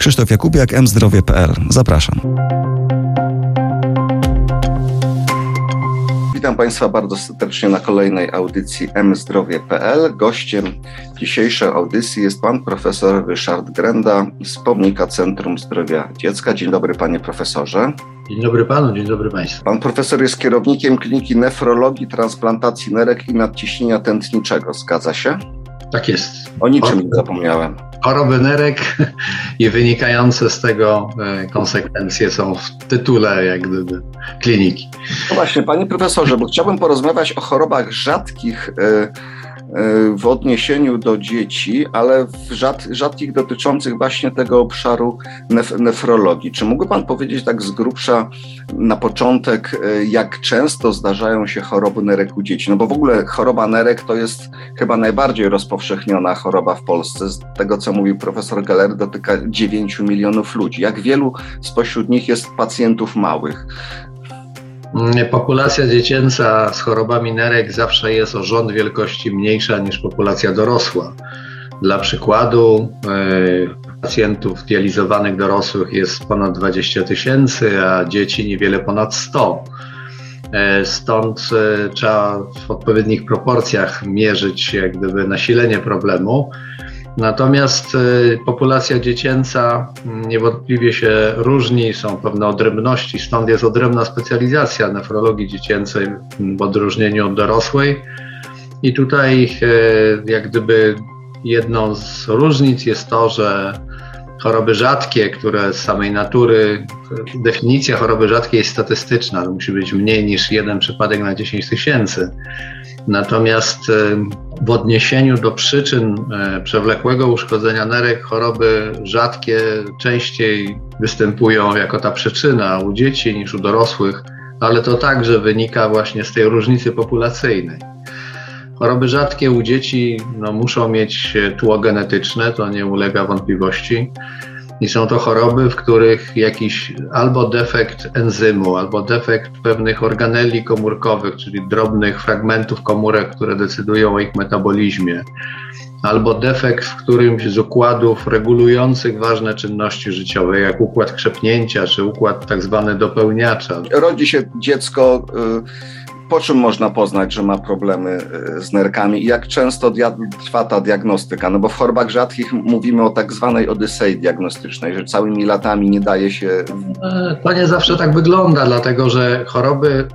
Krzysztof Jakubiak, mzdrowie.pl. Zapraszam. Witam Państwa bardzo serdecznie na kolejnej audycji mzdrowie.pl. Gościem dzisiejszej audycji jest pan profesor Ryszard Grenda z Pomnika Centrum Zdrowia Dziecka. Dzień dobry, panie profesorze. Dzień dobry panu, dzień dobry państwu. Pan profesor jest kierownikiem Kliniki Nefrologii, Transplantacji Nerek i Nadciśnienia Tętniczego. Zgadza się? Tak jest. O niczym nie zapomniałem. Choroby nerek i wynikające z tego konsekwencje są w tytule jak gdyby kliniki. No właśnie, panie profesorze, bo chciałbym porozmawiać o chorobach rzadkich w odniesieniu do dzieci, ale rzadkich dotyczących właśnie tego obszaru nefrologii. Czy mógłby pan powiedzieć tak z grubsza na początek, jak często zdarzają się choroby nerek u dzieci? No bo w ogóle choroba nerek to jest chyba najbardziej rozpowszechniona choroba w Polsce. Z tego, co mówił profesor Geller, dotyka 9 milionów ludzi. Jak wielu spośród nich jest pacjentów małych? Populacja dziecięca z chorobami nerek zawsze jest o rząd wielkości mniejsza niż populacja dorosła. Dla przykładu pacjentów dializowanych dorosłych jest ponad 20 000, a dzieci niewiele ponad 100. Stąd trzeba w odpowiednich proporcjach mierzyć jak gdyby nasilenie problemu. Natomiast populacja dziecięca niewątpliwie się różni, są pewne odrębności, stąd jest odrębna specjalizacja nefrologii dziecięcej w odróżnieniu od dorosłej. I tutaj jak gdyby jedną z różnic jest to, że choroby rzadkie, które z samej natury, definicja choroby rzadkiej jest statystyczna, to musi być mniej niż 1 przypadek na 10 000. Natomiast w odniesieniu do przyczyn przewlekłego uszkodzenia nerek, choroby rzadkie częściej występują jako ta przyczyna u dzieci niż u dorosłych, ale to także wynika właśnie z tej różnicy populacyjnej. Choroby rzadkie u dzieci muszą mieć tło genetyczne, to nie ulega wątpliwości. I są to choroby, w których jakiś albo defekt enzymu, albo defekt pewnych organeli komórkowych, czyli drobnych fragmentów komórek, które decydują o ich metabolizmie, albo defekt w którymś z układów regulujących ważne czynności życiowe, jak układ krzepnięcia, czy układ tak zwany dopełniacza. Rodzi się dziecko. Po czym można poznać, że ma problemy z nerkami i jak często trwa ta diagnostyka? No bo w chorobach rzadkich mówimy o tak zwanej odysei diagnostycznej, że całymi latami nie daje się... To nie zawsze tak wygląda, dlatego że choroby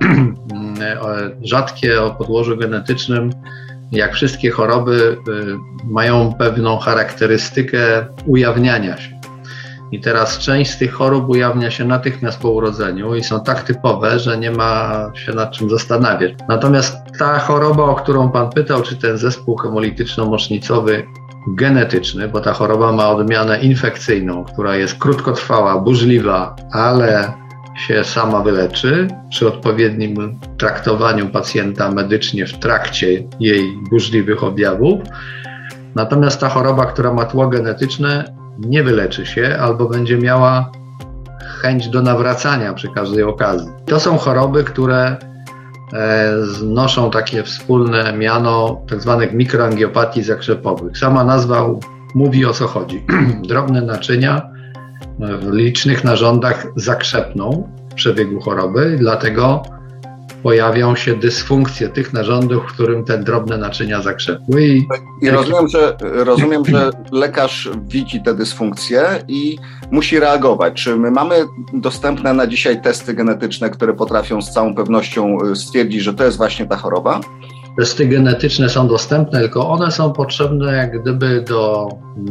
rzadkie o podłożu genetycznym, jak wszystkie choroby, mają pewną charakterystykę ujawniania się. I teraz część z tych chorób ujawnia się natychmiast po urodzeniu i są tak typowe, że nie ma się nad czym zastanawiać. Natomiast ta choroba, o którą pan pytał, czy ten zespół hemolityczno-mocznicowy genetyczny, bo ta choroba ma odmianę infekcyjną, która jest krótkotrwała, burzliwa, ale się sama wyleczy przy odpowiednim traktowaniu pacjenta medycznie w trakcie jej burzliwych objawów. Natomiast ta choroba, która ma tło genetyczne, nie wyleczy się albo będzie miała chęć do nawracania przy każdej okazji. To są choroby, które znoszą takie wspólne miano tak zwanych mikroangiopatii zakrzepowych. Sama nazwa mówi, o co chodzi. Drobne naczynia w licznych narządach zakrzepną w przebiegu choroby, dlatego pojawią się dysfunkcje tych narządów, w którym te drobne naczynia zakrzepły. I rozumiem, że lekarz widzi te dysfunkcje i musi reagować. Czy my mamy dostępne na dzisiaj testy genetyczne, które potrafią z całą pewnością stwierdzić, że to jest właśnie ta choroba? Testy genetyczne są dostępne, tylko one są potrzebne jak gdyby do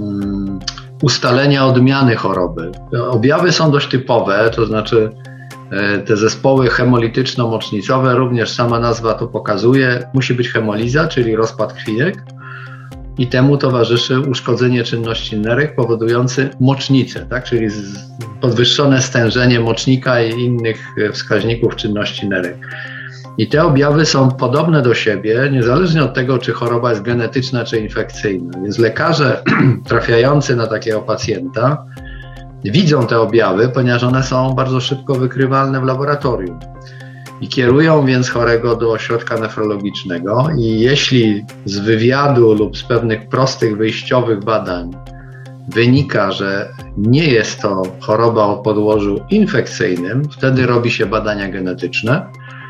ustalenia odmiany choroby. Objawy są dość typowe, to znaczy te zespoły hemolityczno-mocznicowe, również sama nazwa to pokazuje, musi być hemoliza, czyli rozpad krwinek i temu towarzyszy uszkodzenie czynności nerek powodujący mocznicę, tak? Czyli podwyższone stężenie mocznika i innych wskaźników czynności nerek. I te objawy są podobne do siebie, niezależnie od tego, czy choroba jest genetyczna, czy infekcyjna. Więc lekarze trafiający na takiego pacjenta widzą te objawy, ponieważ one są bardzo szybko wykrywalne w laboratorium. I kierują więc chorego do ośrodka nefrologicznego i jeśli z wywiadu lub z pewnych prostych wyjściowych badań wynika, że nie jest to choroba o podłożu infekcyjnym, wtedy robi się badania genetyczne,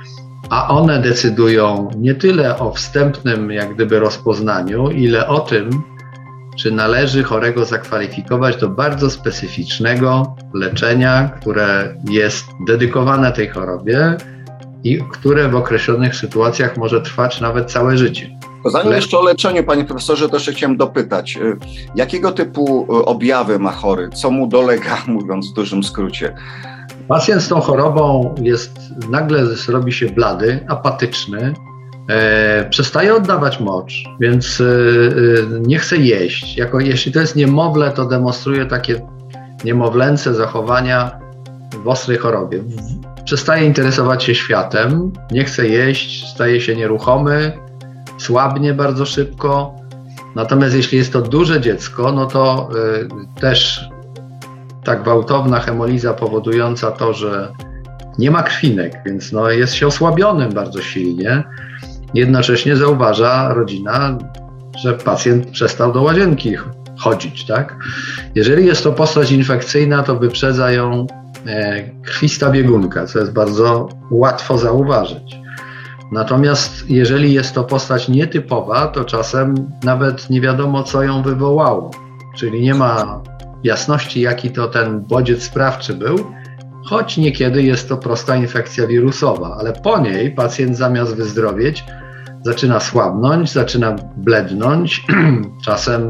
a one decydują nie tyle o wstępnym jak gdyby rozpoznaniu, ile o tym, czy należy chorego zakwalifikować do bardzo specyficznego leczenia, które jest dedykowane tej chorobie i które w określonych sytuacjach może trwać nawet całe życie. Zanim jeszcze o leczeniu, panie profesorze, to jeszcze chciałem dopytać, jakiego typu objawy ma chory, co mu dolega, mówiąc w dużym skrócie? Pacjent z tą chorobą nagle robi się blady, apatyczny, przestaje oddawać mocz, więc nie chce jeść. Jeśli to jest niemowlę, to demonstruje takie niemowlęce zachowania w ostrej chorobie. Przestaje interesować się światem, nie chce jeść, staje się nieruchomy, słabnie bardzo szybko. Natomiast jeśli jest to duże dziecko, no to też ta gwałtowna hemoliza powodująca to, że nie ma krwinek, więc jest się osłabionym bardzo silnie. Jednocześnie zauważa rodzina, że pacjent przestał do łazienki chodzić, tak? Jeżeli jest to postać infekcyjna, to wyprzedza ją krwista biegunka, co jest bardzo łatwo zauważyć. Natomiast jeżeli jest to postać nietypowa, to czasem nawet nie wiadomo, co ją wywołało. Czyli nie ma jasności, jaki to ten bodziec sprawczy był, choć niekiedy jest to prosta infekcja wirusowa, ale po niej pacjent zamiast wyzdrowieć zaczyna słabnąć, zaczyna blednąć, czasem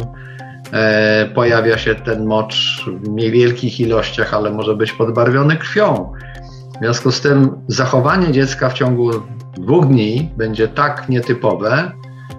pojawia się ten mocz w niewielkich ilościach, ale może być podbarwiony krwią. W związku z tym zachowanie dziecka w ciągu 2 dni będzie tak nietypowe,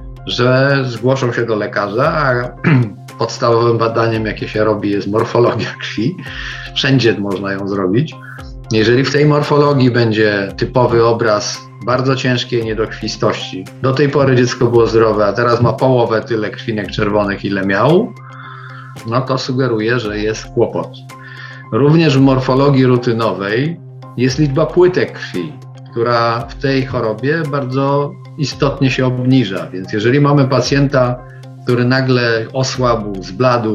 że zgłoszą się do lekarza, a podstawowym badaniem, jakie się robi, jest morfologia krwi. Wszędzie można ją zrobić. Jeżeli w tej morfologii będzie typowy obraz bardzo ciężkiej niedokrwistości, do tej pory dziecko było zdrowe, a teraz ma połowę tyle krwinek czerwonych, ile miał, no to sugeruje, że jest kłopot. Również w morfologii rutynowej jest liczba płytek krwi, która w tej chorobie bardzo istotnie się obniża. Więc jeżeli mamy pacjenta, który nagle osłabł, zbladł,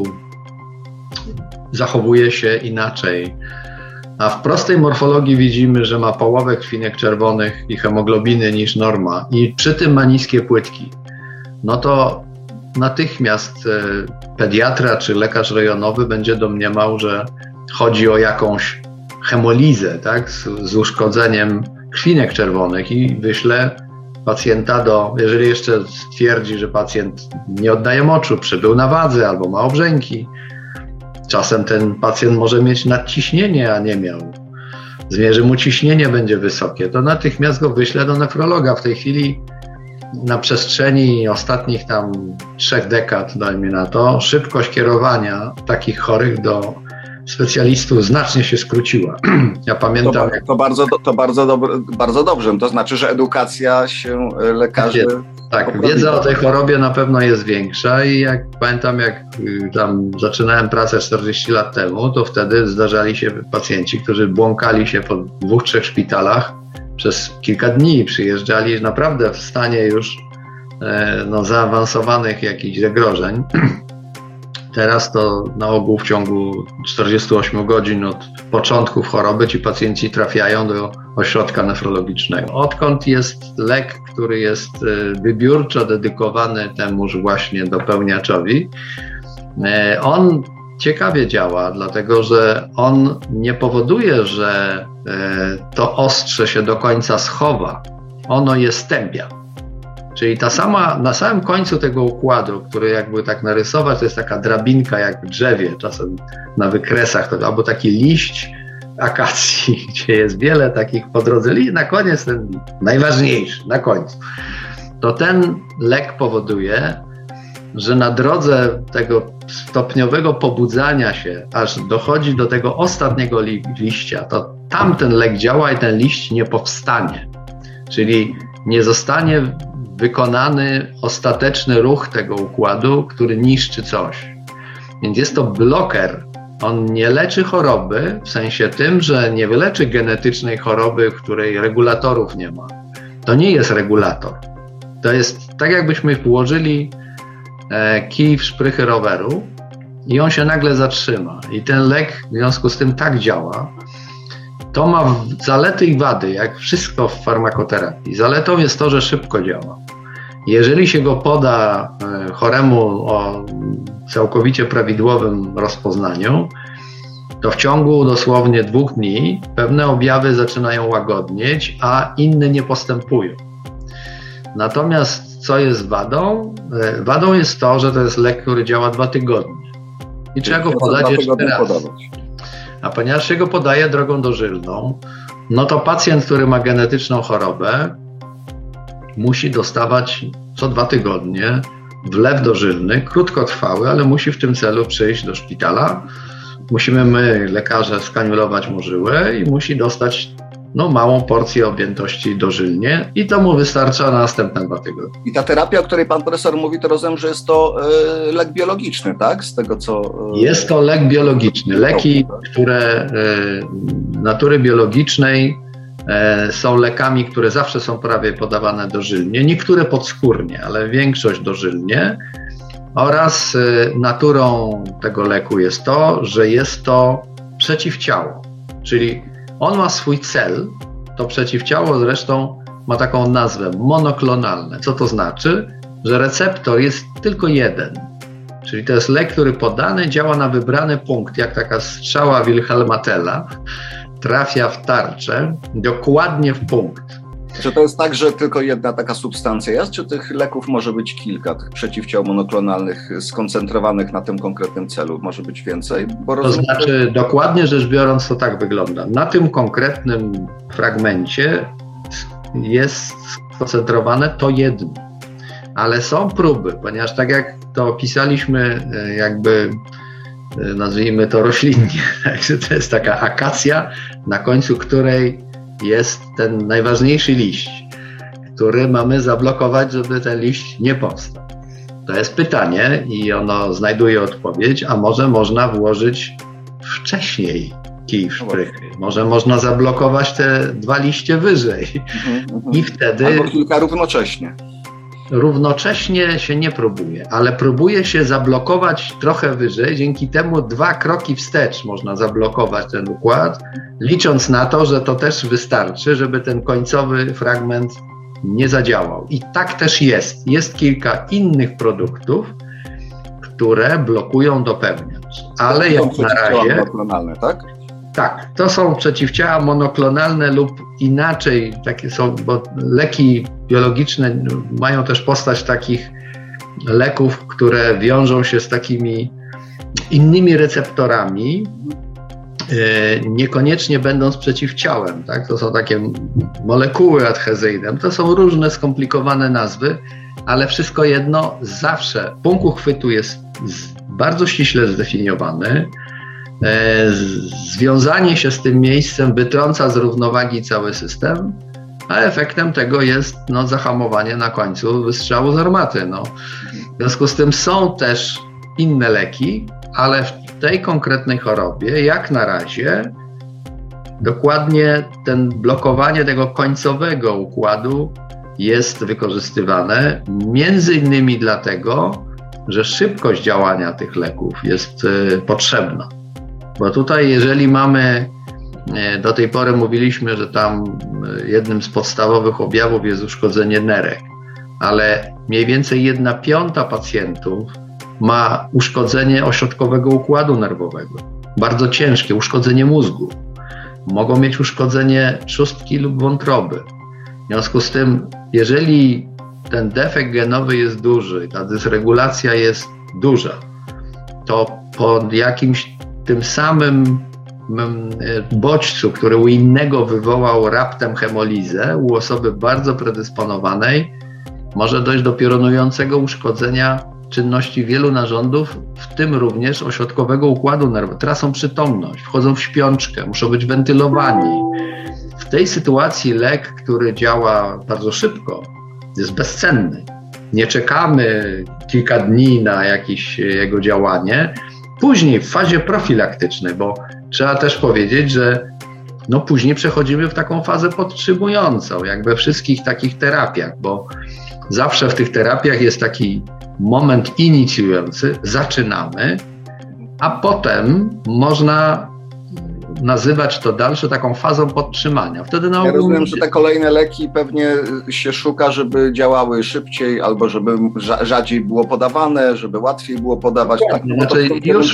zachowuje się inaczej, a w prostej morfologii widzimy, że ma połowę krwinek czerwonych i hemoglobiny niż norma i przy tym ma niskie płytki, no to natychmiast pediatra czy lekarz rejonowy będzie domniemał, że chodzi o jakąś hemolizę, tak, z uszkodzeniem krwinek czerwonych i wyśle pacjenta jeżeli jeszcze stwierdzi, że pacjent nie oddaje moczu, przybył na wadze albo ma obrzęki. Czasem ten pacjent może mieć nadciśnienie, a nie miał. Zmierzy mu ciśnienie, będzie wysokie, to natychmiast go wyśle do nefrologa. W tej chwili na przestrzeni ostatnich 3 dekad, dajmy na to, szybkość kierowania takich chorych do specjalistów znacznie się skróciła. Ja pamiętam... Bardzo dobrze. To znaczy, że edukacja się lekarzy... Tak, wiedza o tej chorobie na pewno jest większa i pamiętam, jak tam zaczynałem pracę 40 lat temu, to wtedy zdarzali się pacjenci, którzy błąkali się po 2-3 szpitalach przez kilka dni, przyjeżdżali naprawdę w stanie już zaawansowanych jakichś zagrożeń. Teraz to na ogół w ciągu 48 godzin od początków choroby ci pacjenci trafiają do ośrodka nefrologicznego. Odkąd jest lek, który jest wybiórczo dedykowany temuż właśnie dopełniaczowi, on ciekawie działa, dlatego że on nie powoduje, że to ostrze się do końca schowa. Ono je stępia. Czyli na samym końcu tego układu, który jakby tak narysować, to jest taka drabinka jak w drzewie, czasem na wykresach, albo taki liść akacji, gdzie jest wiele takich po drodze. Na koniec ten najważniejszy, na końcu. To ten lek powoduje, że na drodze tego stopniowego pobudzania się, aż dochodzi do tego ostatniego liścia, to tam ten lek działa i ten liść nie powstanie. Czyli nie zostanie wykonany ostateczny ruch tego układu, który niszczy coś. Więc jest to bloker. On nie leczy choroby w sensie tym, że nie wyleczy genetycznej choroby, w której regulatorów nie ma. To nie jest regulator. To jest tak, jakbyśmy włożyli kij w szprychy roweru i on się nagle zatrzyma i ten lek w związku z tym tak działa, to ma zalety i wady, jak wszystko w farmakoterapii. Zaletą jest to, że szybko działa. Jeżeli się go poda choremu o całkowicie prawidłowym rozpoznaniu, to w ciągu dosłownie 2 dni pewne objawy zaczynają łagodnieć, a inne nie postępują. Natomiast co jest wadą? Wadą jest to, że to jest lek, który działa 2 tygodnie. I trzeba go podać jeszcze raz. A ponieważ się go podaje drogą dożylną, no to pacjent, który ma genetyczną chorobę, musi dostawać co 2 tygodnie wlew dożylny, krótkotrwały, ale musi w tym celu przyjść do szpitala. Musimy my, lekarze, skaniulować mu żyłę i musi dostać małą porcję objętości dożylnie i to mu wystarcza na następne 2 tygodnie. I ta terapia, o której pan profesor mówi, to rozumiem, że jest to lek biologiczny, tak? Z tego co... Jest to lek biologiczny. Leki, które natury biologicznej są lekami, które zawsze są prawie podawane dożylnie, niektóre podskórnie, ale większość dożylnie. Oraz naturą tego leku jest to, że jest to przeciwciało, czyli on ma swój cel, to przeciwciało zresztą ma taką nazwę monoklonalne. Co to znaczy? Że receptor jest tylko jeden, czyli to jest lek, który podany działa na wybrany punkt, jak taka strzała Wilhelma Tella, trafia w tarczę dokładnie w punkt. Czy to jest tak, że tylko jedna taka substancja jest, czy tych leków może być kilka, tych przeciwciał monoklonalnych skoncentrowanych na tym konkretnym celu? Może być więcej? To znaczy, dokładnie rzecz biorąc, to tak wygląda. Na tym konkretnym fragmencie jest skoncentrowane to jedno, ale są próby, ponieważ tak jak to opisaliśmy, jakby nazwijmy to roślinnie, także to jest taka akacja, na końcu której jest ten najważniejszy liść, który mamy zablokować, żeby ten liść nie powstał. To jest pytanie i ono znajduje odpowiedź, a może można włożyć wcześniej kij w szprychy. Może można zablokować te 2 liście wyżej. I wtedy... Albo kilka równocześnie. Równocześnie się nie próbuje, ale próbuje się zablokować trochę wyżej, dzięki temu 2 kroki wstecz można zablokować ten układ, licząc na to, że to też wystarczy, żeby ten końcowy fragment nie zadziałał. I tak też jest. Jest kilka innych produktów, które blokują dopełniacz, ale jak na razie... Tak? Tak, to są przeciwciała monoklonalne lub inaczej, takie są, bo leki biologiczne mają też postać takich leków, które wiążą się z takimi innymi receptorami, niekoniecznie będąc przeciwciałem. Tak? To są takie molekuły adhezyjne, to są różne skomplikowane nazwy, ale wszystko jedno, zawsze punkt uchwytu jest bardzo ściśle zdefiniowany. Związanie się z tym miejscem wytrąca z równowagi cały system, a efektem tego jest zahamowanie na końcu wystrzału z armaty. W związku z tym są też inne leki, ale w tej konkretnej chorobie, jak na razie, dokładnie blokowanie tego końcowego układu jest wykorzystywane, między innymi dlatego, że szybkość działania tych leków jest potrzebna. Bo tutaj, jeżeli mamy, do tej pory mówiliśmy, że tam jednym z podstawowych objawów jest uszkodzenie nerek, ale mniej więcej 1/5 pacjentów ma uszkodzenie ośrodkowego układu nerwowego. Bardzo ciężkie, uszkodzenie mózgu. Mogą mieć uszkodzenie trzustki lub wątroby. W związku z tym, jeżeli ten defekt genowy jest duży, ta dysregulacja jest duża, to po jakimś tym samym bodźcu, który u innego wywołał raptem hemolizę, u osoby bardzo predysponowanej może dojść do piorunującego uszkodzenia czynności wielu narządów, w tym również ośrodkowego układu nerwowego. Tracą przytomność, wchodzą w śpiączkę, muszą być wentylowani. W tej sytuacji lek, który działa bardzo szybko, jest bezcenny. Nie czekamy kilka dni na jakieś jego działanie. Później w fazie profilaktycznej, bo trzeba też powiedzieć, że później przechodzimy w taką fazę podtrzymującą, jak we wszystkich takich terapiach, bo zawsze w tych terapiach jest taki moment inicjujący, zaczynamy a potem można nazywać to dalsze taką fazą podtrzymania. Wtedy ja rozumiem, że te kolejne leki pewnie się szuka, żeby działały szybciej albo żeby rzadziej było podawane, żeby łatwiej było podawać. Tak, znaczy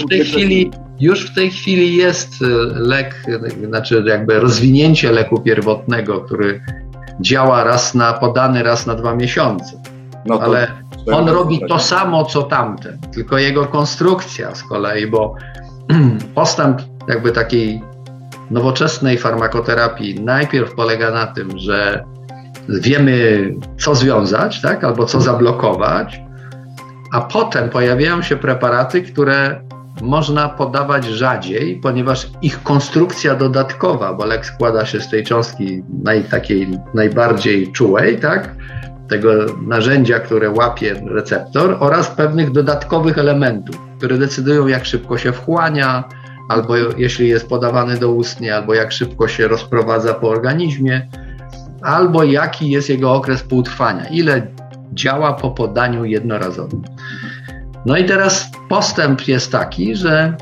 już w tej chwili jest lek, znaczy jakby rozwinięcie leku pierwotnego, który działa podany raz na 2 miesiące. No to, ale on robi to samo, co tamten, tylko jego konstrukcja z kolei, bo postęp jakby takiej nowoczesnej farmakoterapii najpierw polega na tym, że wiemy, co związać, tak, albo co zablokować, a potem pojawiają się preparaty, które można podawać rzadziej, ponieważ ich konstrukcja dodatkowa, bo lek składa się z tej cząstki takiej najbardziej czułej, tak, tego narzędzia, które łapie receptor, oraz pewnych dodatkowych elementów, które decydują, jak szybko się wchłania, albo jeśli jest podawany doustnie, albo jak szybko się rozprowadza po organizmie, albo jaki jest jego okres półtrwania, ile działa po podaniu jednorazowym. No i teraz postęp jest taki, że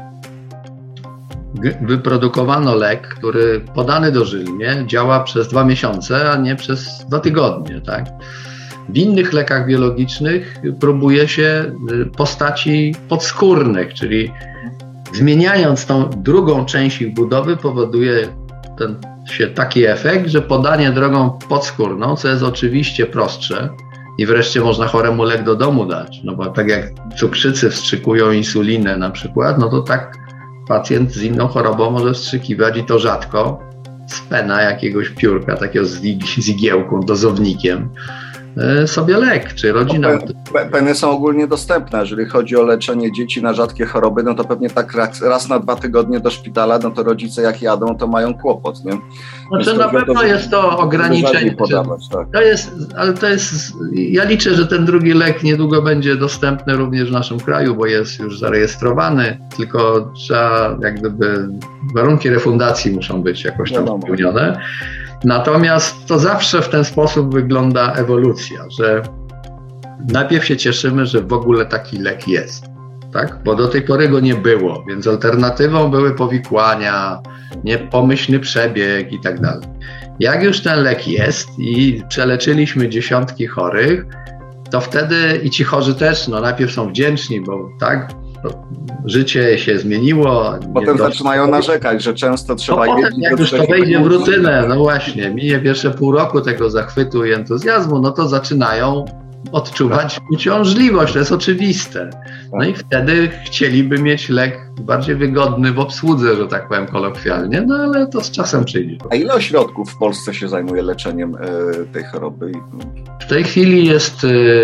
wyprodukowano lek, który podany dożylnie działa przez 2 miesiące, a nie przez 2 tygodnie, tak? W innych lekach biologicznych próbuje się postaci podskórnych, czyli zmieniając tą drugą część ich budowy powoduje taki efekt, że podanie drogą podskórną, co jest oczywiście prostsze i wreszcie można choremu lek do domu dać, no bo tak jak cukrzycy wstrzykują insulinę na przykład, no to tak pacjent z inną chorobą może wstrzykiwać i to rzadko z pena jakiegoś piórka, takiego z igiełką, dozownikiem, sobie lek, czy rodzina. Peny są ogólnie dostępne. Jeżeli chodzi o leczenie dzieci na rzadkie choroby, no to pewnie tak raz na 2 tygodnie do szpitala, no to rodzice jak jadą, to mają kłopot, nie? Znaczy na pewno jest to ograniczenie. Tak. To jest, ja liczę, że ten drugi lek niedługo będzie dostępny również w naszym kraju, bo jest już zarejestrowany, tylko trzeba jak gdyby warunki refundacji muszą być jakoś tam spełnione. Natomiast to zawsze w ten sposób wygląda ewolucja, że najpierw się cieszymy, że w ogóle taki lek jest, tak? Bo do tej pory go nie było, więc alternatywą były powikłania, niepomyślny przebieg i tak dalej. Jak już ten lek jest i przeleczyliśmy dziesiątki chorych, to wtedy i ci chorzy też, no najpierw są wdzięczni, bo tak, życie się zmieniło. Potem zaczynają narzekać, że często trzeba jeździć. Potem, jak już to wejdzie w rutynę, no właśnie, minie pierwsze pół roku tego zachwytu i entuzjazmu, no to zaczynają odczuwać uciążliwość, to jest oczywiste. No i wtedy chcieliby mieć lek bardziej wygodny w obsłudze, że tak powiem kolokwialnie, no ale to z czasem przyjdzie. A ile ośrodków w Polsce się zajmuje leczeniem tej choroby? W tej chwili jest,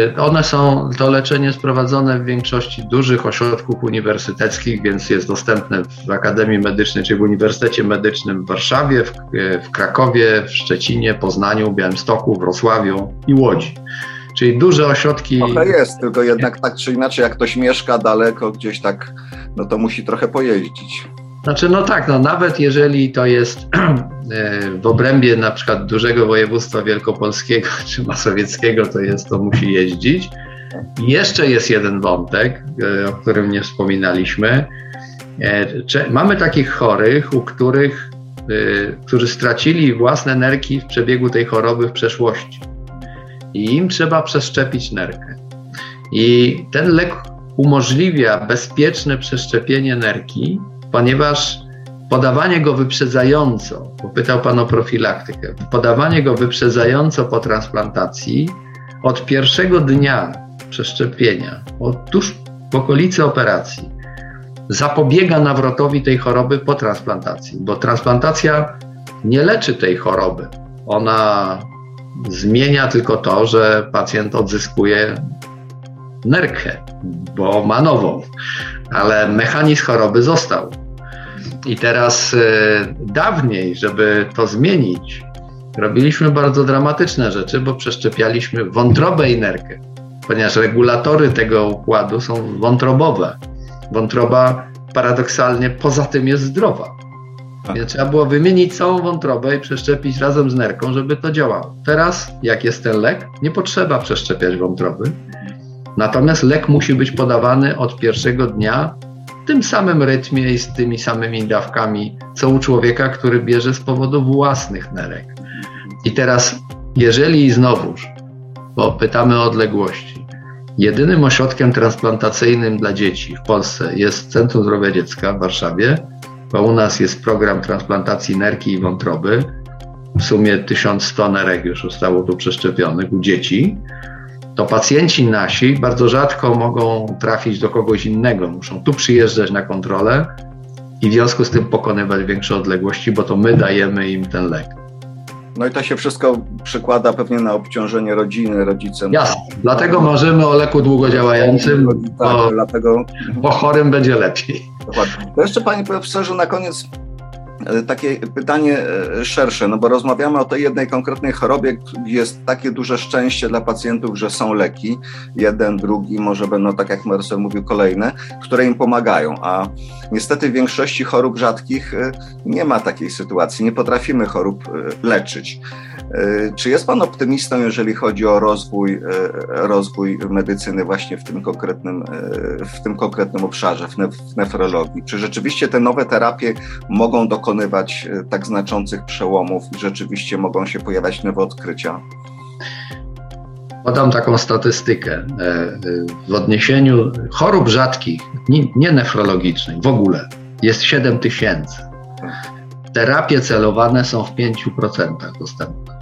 to leczenie jest prowadzone w większości dużych ośrodków uniwersyteckich, więc jest dostępne w Akademii Medycznej, czyli w Uniwersytecie Medycznym w Warszawie, w Krakowie, w Szczecinie, Poznaniu, Białymstoku, Wrocławiu i Łodzi. Czyli duże ośrodki... Trochę jest, tylko jednak tak czy inaczej, jak ktoś mieszka daleko gdzieś tak, no to musi trochę pojeździć. Znaczy, no tak, no nawet jeżeli to jest w obrębie na przykład dużego województwa wielkopolskiego czy mazowieckiego, to musi jeździć. I jeszcze jest jeden wątek, o którym nie wspominaliśmy. Mamy takich chorych, którzy stracili własne nerki w przebiegu tej choroby w przeszłości. I im trzeba przeszczepić nerkę. I ten lek umożliwia bezpieczne przeszczepienie nerki, ponieważ podawanie go wyprzedzająco, bo pytał Pan o profilaktykę, podawanie go wyprzedzająco po transplantacji od pierwszego dnia przeszczepienia, tuż w okolicy operacji, zapobiega nawrotowi tej choroby po transplantacji, bo transplantacja nie leczy tej choroby. Ona zmienia tylko to, że pacjent odzyskuje nerkę, bo ma nową, ale mechanizm choroby został. I teraz dawniej, żeby to zmienić, robiliśmy bardzo dramatyczne rzeczy, bo przeszczepialiśmy wątrobę i nerkę, ponieważ regulatory tego układu są wątrobowe. Wątroba paradoksalnie poza tym jest zdrowa. Więc trzeba było wymienić całą wątrobę i przeszczepić razem z nerką, żeby to działało. Teraz, jak jest ten lek, nie potrzeba przeszczepiać wątroby. Natomiast lek musi być podawany od pierwszego dnia tym samym rytmie i z tymi samymi dawkami, co u człowieka, który bierze z powodu własnych nerek. I teraz, jeżeli znowuż, bo pytamy o odległości, jedynym ośrodkiem transplantacyjnym dla dzieci w Polsce jest Centrum Zdrowia Dziecka w Warszawie, bo u nas jest program transplantacji nerki i wątroby. W sumie 1100 nerek już zostało tu przeszczepionych u dzieci. To pacjenci nasi bardzo rzadko mogą trafić do kogoś innego. Muszą tu przyjeżdżać na kontrolę i w związku z tym pokonywać większe odległości, bo to my dajemy im ten lek. No i to się wszystko przekłada pewnie na obciążenie rodziny, rodzicem. Jasne, dlatego marzymy o leku długodziałającym, bo chorym będzie lepiej. Dokładnie. To jeszcze, panie profesorze, na koniec takie pytanie szersze, no bo rozmawiamy o tej jednej konkretnej chorobie, gdzie jest takie duże szczęście dla pacjentów, że są leki, jeden, drugi, może będą, tak jak Marcel mówił, kolejne, które im pomagają, a niestety w większości chorób rzadkich nie ma takiej sytuacji, nie potrafimy chorób leczyć. Czy jest pan optymistą, jeżeli chodzi o rozwój medycyny właśnie w tym konkretnym obszarze, w nefrologii? Czy rzeczywiście te nowe terapie mogą dokonywać tak znaczących przełomów i rzeczywiście mogą się pojawiać nowe odkrycia? Podam taką statystykę. W odniesieniu chorób rzadkich, nie nefrologicznych w ogóle, jest 7 000. Terapie celowane są w 5% dostępne.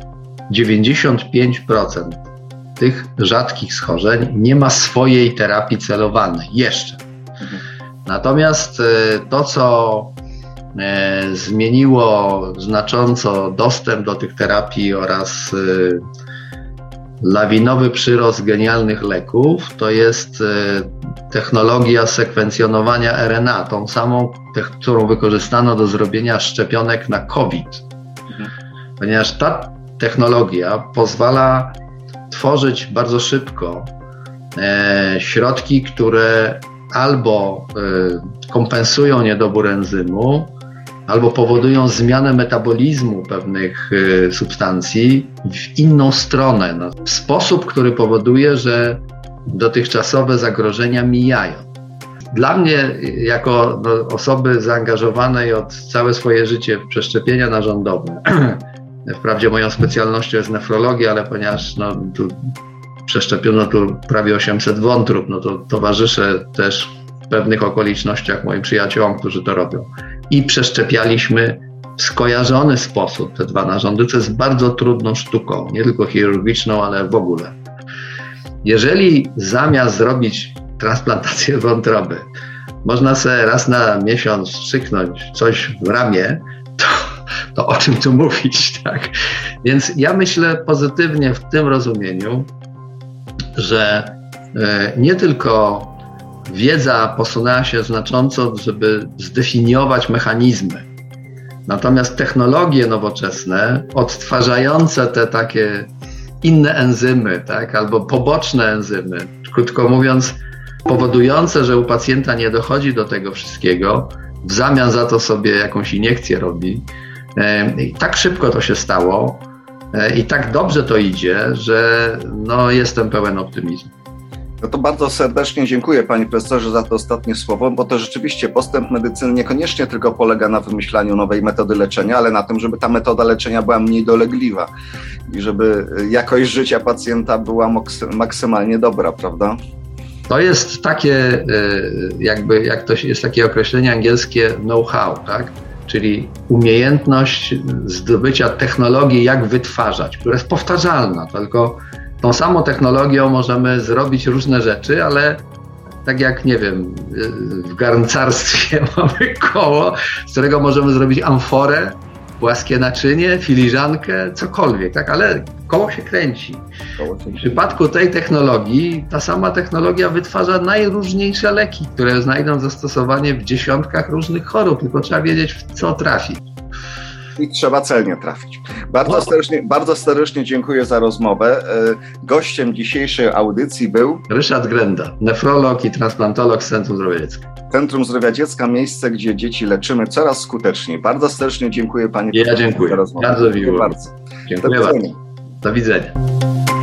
95% tych rzadkich schorzeń nie ma swojej terapii celowanej jeszcze. Natomiast to, co zmieniło znacząco dostęp do tych terapii oraz lawinowy przyrost genialnych leków, to jest technologia sekwencjonowania RNA, tą samą, którą wykorzystano do zrobienia szczepionek na COVID. Ponieważ ta technologia pozwala tworzyć bardzo szybko środki, które albo kompensują niedobór enzymu, albo powodują zmianę metabolizmu pewnych substancji w inną stronę, w sposób, który powoduje, że dotychczasowe zagrożenia mijają. Dla mnie, jako osoby zaangażowanej od całe swoje życie w przeszczepienia narządowe, wprawdzie moją specjalnością jest nefrologia, ale ponieważ tu przeszczepiono tu prawie 800 wątrób, to towarzyszę też w pewnych okolicznościach moim przyjaciołom, którzy to robią. I przeszczepialiśmy w skojarzony sposób te dwa narządy, co jest bardzo trudną sztuką, nie tylko chirurgiczną, ale w ogóle. Jeżeli zamiast zrobić transplantację wątroby, można sobie raz na miesiąc strzyknąć coś w ramię, to o czym tu mówić, tak? Więc ja myślę pozytywnie w tym rozumieniu, że nie tylko wiedza posunęła się znacząco, żeby zdefiniować mechanizmy, natomiast technologie nowoczesne, odtwarzające te takie inne enzymy, tak, albo poboczne enzymy, krótko mówiąc, powodujące, że u pacjenta nie dochodzi do tego wszystkiego, w zamian za to sobie jakąś iniekcję robi. I tak szybko to się stało i tak dobrze to idzie, że jestem pełen optymizmu. No to bardzo serdecznie dziękuję, panie profesorze, za to ostatnie słowo, bo to rzeczywiście postęp medycyny niekoniecznie tylko polega na wymyślaniu nowej metody leczenia, ale na tym, żeby ta metoda leczenia była mniej dolegliwa i żeby jakość życia pacjenta była maksymalnie dobra, prawda? To jest takie, jest takie określenie angielskie know-how, tak? Czyli umiejętność zdobycia technologii, jak wytwarzać, która jest powtarzalna, tylko tą samą technologią możemy zrobić różne rzeczy, ale tak jak, nie wiem, w garncarstwie mamy koło, z którego możemy zrobić amforę, płaskie naczynie, filiżankę, cokolwiek, tak? Ale koło się kręci. W przypadku tej technologii, ta sama technologia wytwarza najróżniejsze leki, które znajdą zastosowanie w dziesiątkach różnych chorób, tylko trzeba wiedzieć, w co trafić. I trzeba celnie trafić. Bardzo serdecznie dziękuję za rozmowę. Gościem dzisiejszej audycji był Ryszard Grenda, nefrolog i transplantolog z Centrum Zdrowia Dziecka. Centrum Zdrowia Dziecka, miejsce, gdzie dzieci leczymy coraz skuteczniej. Bardzo serdecznie dziękuję panie. Ja dziękuję. Za rozmowę. Bardzo miło. Bardzo. Dziękuję bardzo. Do widzenia.